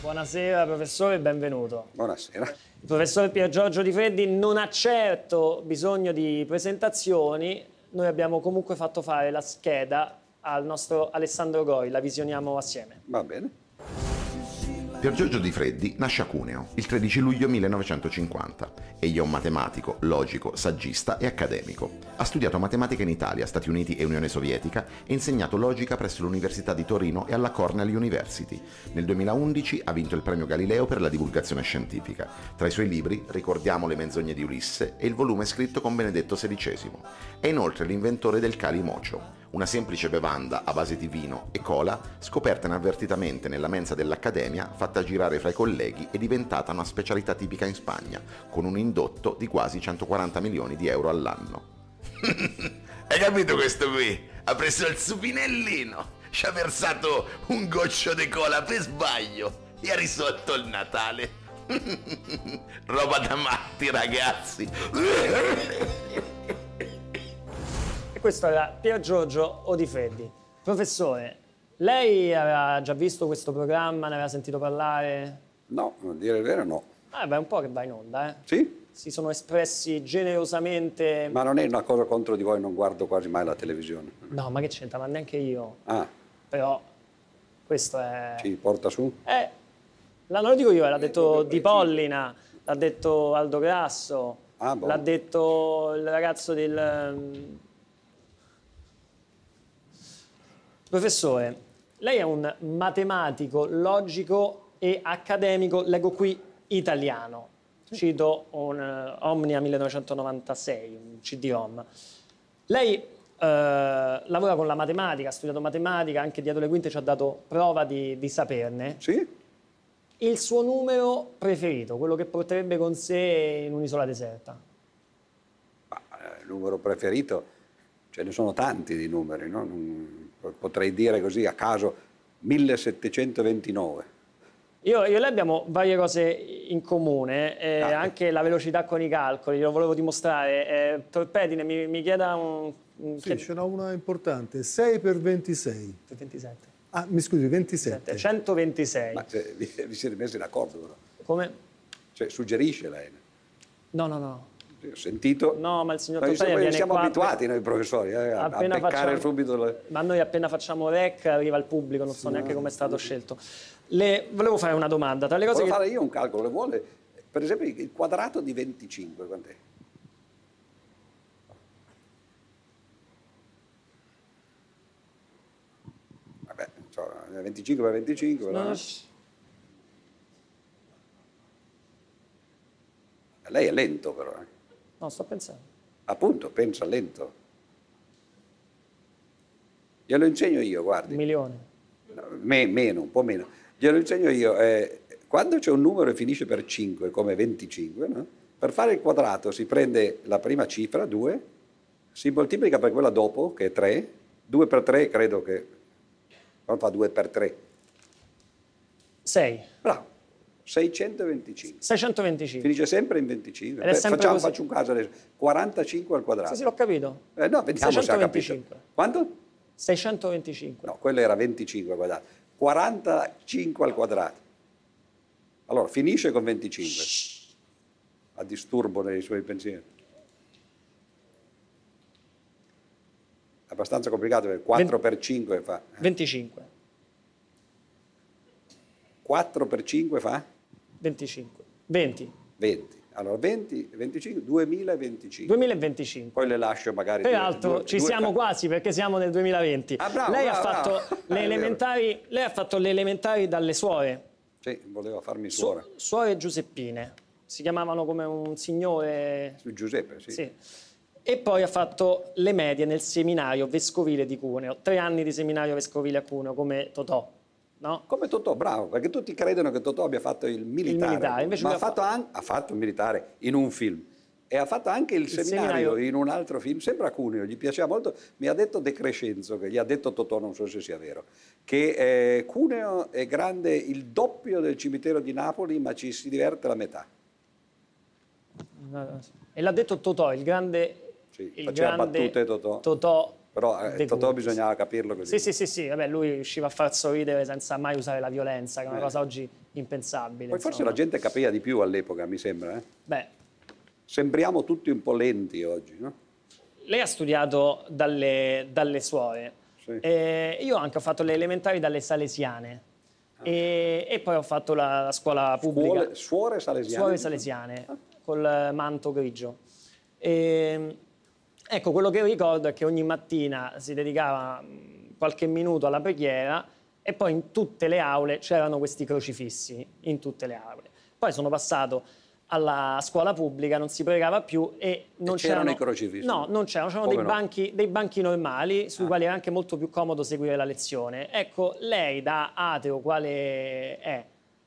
Buonasera professore, benvenuto. Buonasera. Il professor Pier Giorgio Di Freddi non ha certo bisogno di presentazioni, noi abbiamo comunque fatto fare la scheda al nostro Alessandro Goi, la visioniamo assieme. Va bene. Pier Giorgio Di Freddi nasce a Cuneo il 13 luglio 1950. Egli è un matematico, logico, saggista e accademico. Ha studiato matematica in Italia, Stati Uniti e Unione Sovietica e insegnato logica presso l'Università di Torino e alla Cornell University. Nel 2011 ha vinto il premio Galileo per la divulgazione scientifica. Tra i suoi libri ricordiamo Le menzogne di Ulisse e il volume scritto con Benedetto XVI. È inoltre l'inventore del Kali Mocho, una semplice bevanda a base di vino e cola scoperta inavvertitamente nella mensa dell'Accademia, fatta girare fra i colleghi e diventata una specialità tipica in Spagna, con un indotto di quasi 140 milioni di euro all'anno. Hai capito questo qui? Ha preso il supinellino, ci ha versato un goccio di cola per sbaglio e ha risolto il Natale. Roba da matti, ragazzi. Questo era Pier Giorgio Di Freddi. Professore, lei aveva già visto questo programma, ne aveva sentito parlare? No, a dire il vero no. Beh, è un po' che va in onda, eh? Sì? Si sono espressi generosamente... Ma non è una cosa contro di voi, non guardo quasi mai la televisione. No, ma che c'entra? Ma neanche io. Ah, Però questo è... ci porta su? Non lo dico io, l'ha detto Di Pollina, l'ha detto Aldo Grasso, boh. l'ha detto il ragazzo del... Professore, lei è un matematico, logico e accademico, leggo qui, italiano. Cito un Omnia 1996, un CD-ROM. Lei lavora con la matematica, ha studiato matematica, anche dietro le quinte ci ha dato prova di saperne. Sì? Il suo numero preferito, quello che porterebbe con sé in un'isola deserta? Il numero preferito, ce ne sono tanti di numeri, no? Potrei dire così a caso 1729. Io e lei abbiamo varie cose in comune, anche la velocità con i calcoli, lo volevo dimostrare. Torpedine, mi chieda un... Sì, ce n'ho una importante, 6 per 26. Per 27. Ah, mi scusi, 27. 126. Ma vi siete messi d'accordo però? Come? Cioè, suggerisce lei? No. Ho sentito. No, ma il signor Torpedine viene siamo qua abituati noi professori a beccare subito. Ma noi appena facciamo rec arriva il pubblico, non so neanche come è stato scelto. Volevo fare una domanda. Tra le cose Volevo fare io un calcolo, le vuole? Per esempio il quadrato di 25, quant'è? Vabbè, 25 per 25, no? Lei è lento però. No, sto pensando. Appunto, pensa lento. Glielo insegno io, guardi. 1 milione. No, meno, un po' meno. Glielo insegno io. Quando c'è un numero e finisce per 5, come 25, no? Per fare il quadrato si prende la prima cifra, 2, si moltiplica per quella dopo, che è 3, 2 per 3 credo che... non fa 2 per 3. 6. Bravo. 625. 625. Finisce sempre in 25. Ed è sempre così. Faccio un caso adesso. 45 al quadrato. Sì, l'ho capito. No, vediamo 625. se ha capito. Quanto? 625. No, quello era 25 al quadrato. 45 al quadrato. Allora, finisce con 25. A disturbo nei suoi pensieri. Abbastanza complicato perché 4 per 5 fa... 25. 4 per 5 fa? 25. 20. 20. Allora 20, 25, 2025. 2025. Poi le lascio magari... Peraltro ci siamo quasi perché siamo nel 2020. Bravo, lei, bravo, ha fatto le elementari, lei ha fatto le elementari dalle suore. Sì, voleva farmi suora. Suore Giuseppine. Si chiamavano come un signore... Su Giuseppe, sì. Sì. E poi ha fatto le medie nel seminario vescovile di Cuneo. 3 anni di seminario vescovile a Cuneo, come Totò. No? Come Totò, bravo, perché tutti credono che Totò abbia fatto il militare. Invece ma ha fatto il militare in un film. E ha fatto anche il seminario in un altro film, sempre a Cuneo, gli piaceva molto. Mi ha detto De Crescenzo, che gli ha detto Totò, non so se sia vero, che Cuneo è grande il doppio del cimitero di Napoli, ma ci si diverte la metà. E l'ha detto Totò, il grande... Sì, faceva battute Totò. Totò Però De Totò Curtis. bisognava capirlo così. Sì, vabbè, lui riusciva a far sorridere senza mai usare la violenza, che è una cosa oggi impensabile. Poi forse insomma. la gente capiva di più all'epoca, mi sembra. Beh, Sembriamo tutti un po' lenti oggi, no? lei ha studiato dalle suore. Sì. Io anche ho fatto le elementari dalle salesiane. E poi ho fatto la scuola pubblica. Suore salesiane? Suore salesiane, col manto grigio. Ecco, quello che ricordo è che ogni mattina si dedicava qualche minuto alla preghiera e poi in tutte le aule c'erano questi crocifissi, in tutte le aule. Poi sono passato alla scuola pubblica, non si pregava più e non c'erano i crocifissi? No, non c'erano dei banchi normali sui quali era anche molto più comodo seguire la lezione. Ecco, lei da ateo quale è,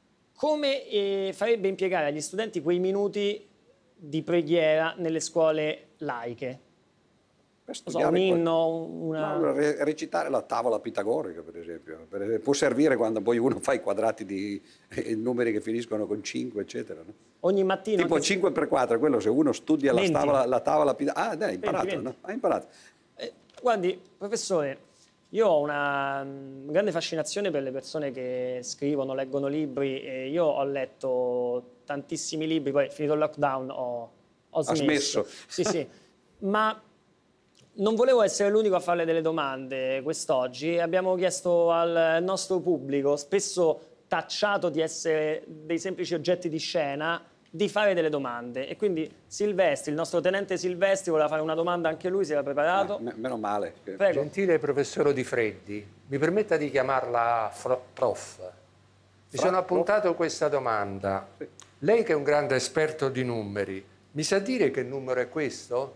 come farebbe impiegare agli studenti quei minuti di preghiera nelle scuole laiche? Per Non so, un inno, recitare la tavola pitagorica, per esempio. Può servire quando poi uno fa i quadrati di numeri che finiscono con 5, eccetera. No? Ogni mattina... Tipo 5 per 4, quello se uno studia la tavola pitagorica... Ah, dai, hai imparato, 20. no? Hai imparato. Guardi, professore, io ho una grande fascinazione per le persone che scrivono, leggono libri. E io ho letto tantissimi libri, poi finito il lockdown ho smesso. Sì, ma... Non volevo essere l'unico a farle delle domande quest'oggi. Abbiamo chiesto al nostro pubblico, spesso tacciato di essere dei semplici oggetti di scena, di fare delle domande. E quindi Silvestri, il nostro tenente Silvestri, voleva fare una domanda anche lui, si era preparato. Meno male. Prego. Gentile professore Di Freddi, mi permetta di chiamarla prof. Mi sono appuntato questa domanda. Lei che è un grande esperto di numeri, mi sa dire che numero è questo?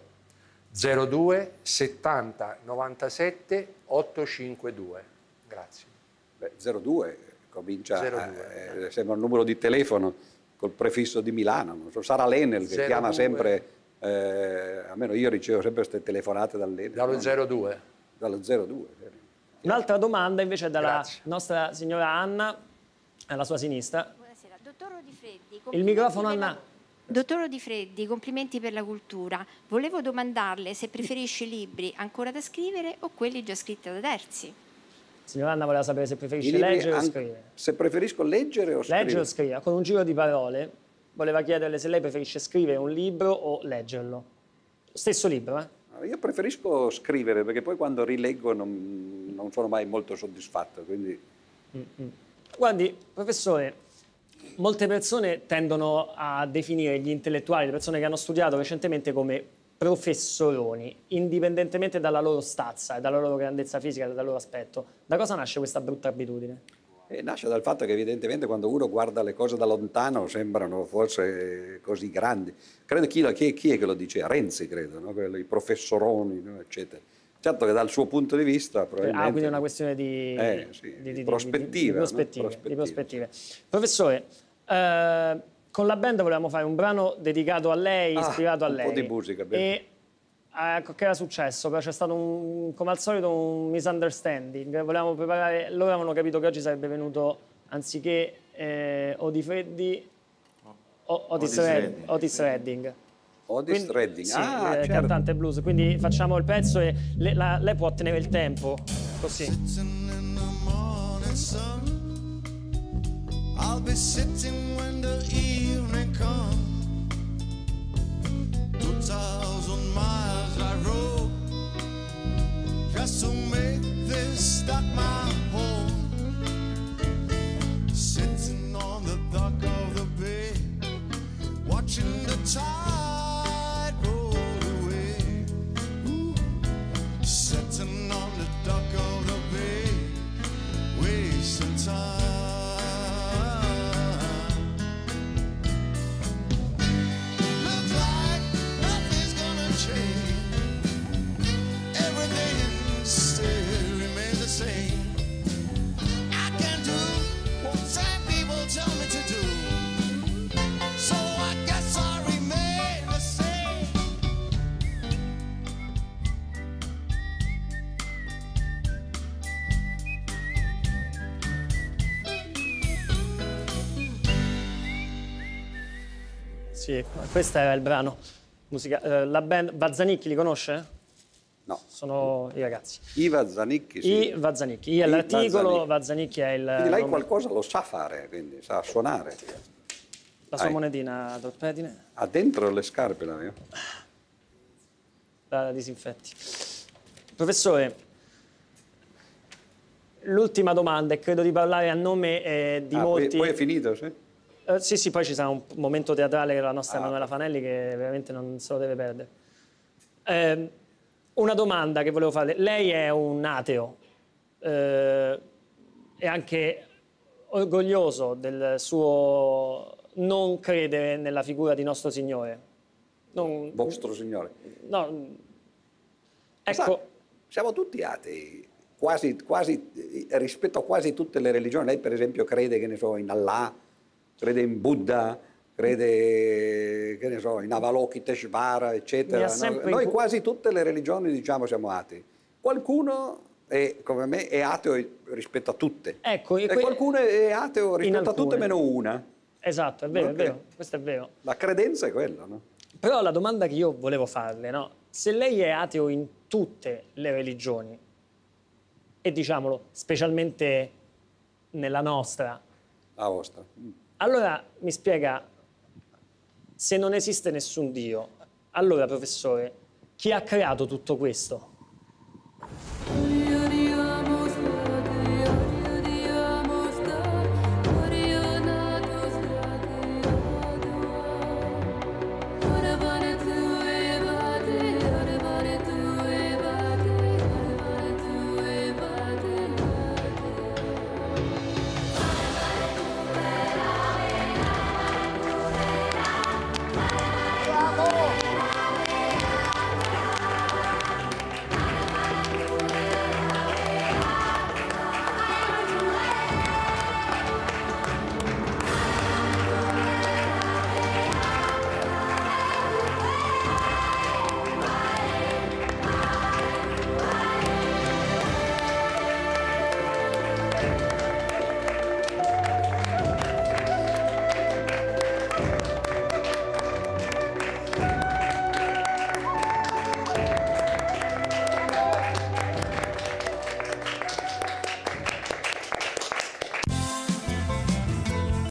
02 70 97 852. Grazie. Beh, 02 comincia, 02. Sembra un numero di telefono col prefisso di Milano. Non so, sarà l'Enel che 02. chiama sempre, almeno io ricevo sempre queste telefonate dall'Enel. Dallo 02. Dallo 02. Un'altra domanda invece dalla nostra signora Anna, alla sua sinistra. Buonasera, dottor Di Freddi. Il microfono Anna. Dottor Di Freddi, complimenti per la cultura. Volevo domandarle se preferisce libri ancora da scrivere o quelli già scritti da terzi. Signora Anna voleva sapere se preferisce leggere o scrivere. Se preferisco leggere o scrivere? Leggere o scrivere. Con un giro di parole voleva chiederle se lei preferisce scrivere un libro o leggerlo. Stesso libro, eh? Io preferisco scrivere perché poi quando rileggo non sono mai molto soddisfatto. Quindi... Guardi, professore, molte persone tendono a definire gli intellettuali, le persone che hanno studiato recentemente, come professoroni, indipendentemente dalla loro stazza e dalla loro grandezza fisica e dal loro aspetto. Da cosa nasce questa brutta abitudine? Nasce dal fatto che evidentemente quando uno guarda le cose da lontano sembrano forse così grandi. Credo chi è che lo dice? Renzi, credo, no? I professoroni, no? Eccetera. Certo che dal suo punto di vista probabilmente... quindi è una questione di prospettive. Di prospettive. Professore, con la band volevamo fare un brano dedicato a lei, ispirato a lei. Un po' di musica, bene. E che era successo? Però c'è stato come al solito un misunderstanding. Volevamo preparare, loro avevano capito che oggi sarebbe venuto, anziché Di Freddi, Otis Redding. Otis Redding, sì, certo. Cantante blues. Quindi facciamo il pezzo e lei può tenere il tempo, così. I'll be sitting when the evening comes. 2,000 miles I rode just to make this dock my home. Sitting on the dock of the bay, watching the tide roll away. Sitting on the dock of the bay, wasting time. Sì, questo era il brano. La band Bazzanicchi li conosce? No. Sono i ragazzi. Iva Zanicchi, sì. I Vazzanicchi. I è l'articolo, Vazzanicchi è il Quindi lei nome- qualcosa lo sa fare, quindi sa suonare. la sua Dai. monetina torpedine, Ha dentro le scarpe la mia. la disinfetti. Professore, l'ultima domanda, e credo di parlare a nome di molti... Poi è finito, sì? Sì, poi ci sarà un momento teatrale che la nostra Ah, Emanuela Fanelli che veramente non se lo deve perdere. Una domanda che volevo fare. Lei è un ateo e anche orgoglioso del suo non credere nella figura di nostro Signore. Vostro Signore. No, Sa, ecco, siamo tutti atei, quasi, rispetto a quasi tutte le religioni. Lei per esempio crede, che ne so, in Allah, crede in Buddha, crede, che ne so, in Avalokiteshvara, eccetera. Mi ha No? sempre Noi incu- quasi tutte le religioni, diciamo, siamo atei. Qualcuno è, come me, è ateo rispetto a tutte. ecco, E qualcuno è ateo rispetto a tutte alcune. meno una. esatto, è vero, Ok. è vero, questo è vero. La credenza è quella, no? Però la domanda che io volevo farle, no? Se lei è ateo in tutte le religioni, e diciamolo, specialmente nella nostra, La vostra. allora mi spiega, se non esiste nessun Dio, allora professore, chi ha creato tutto questo?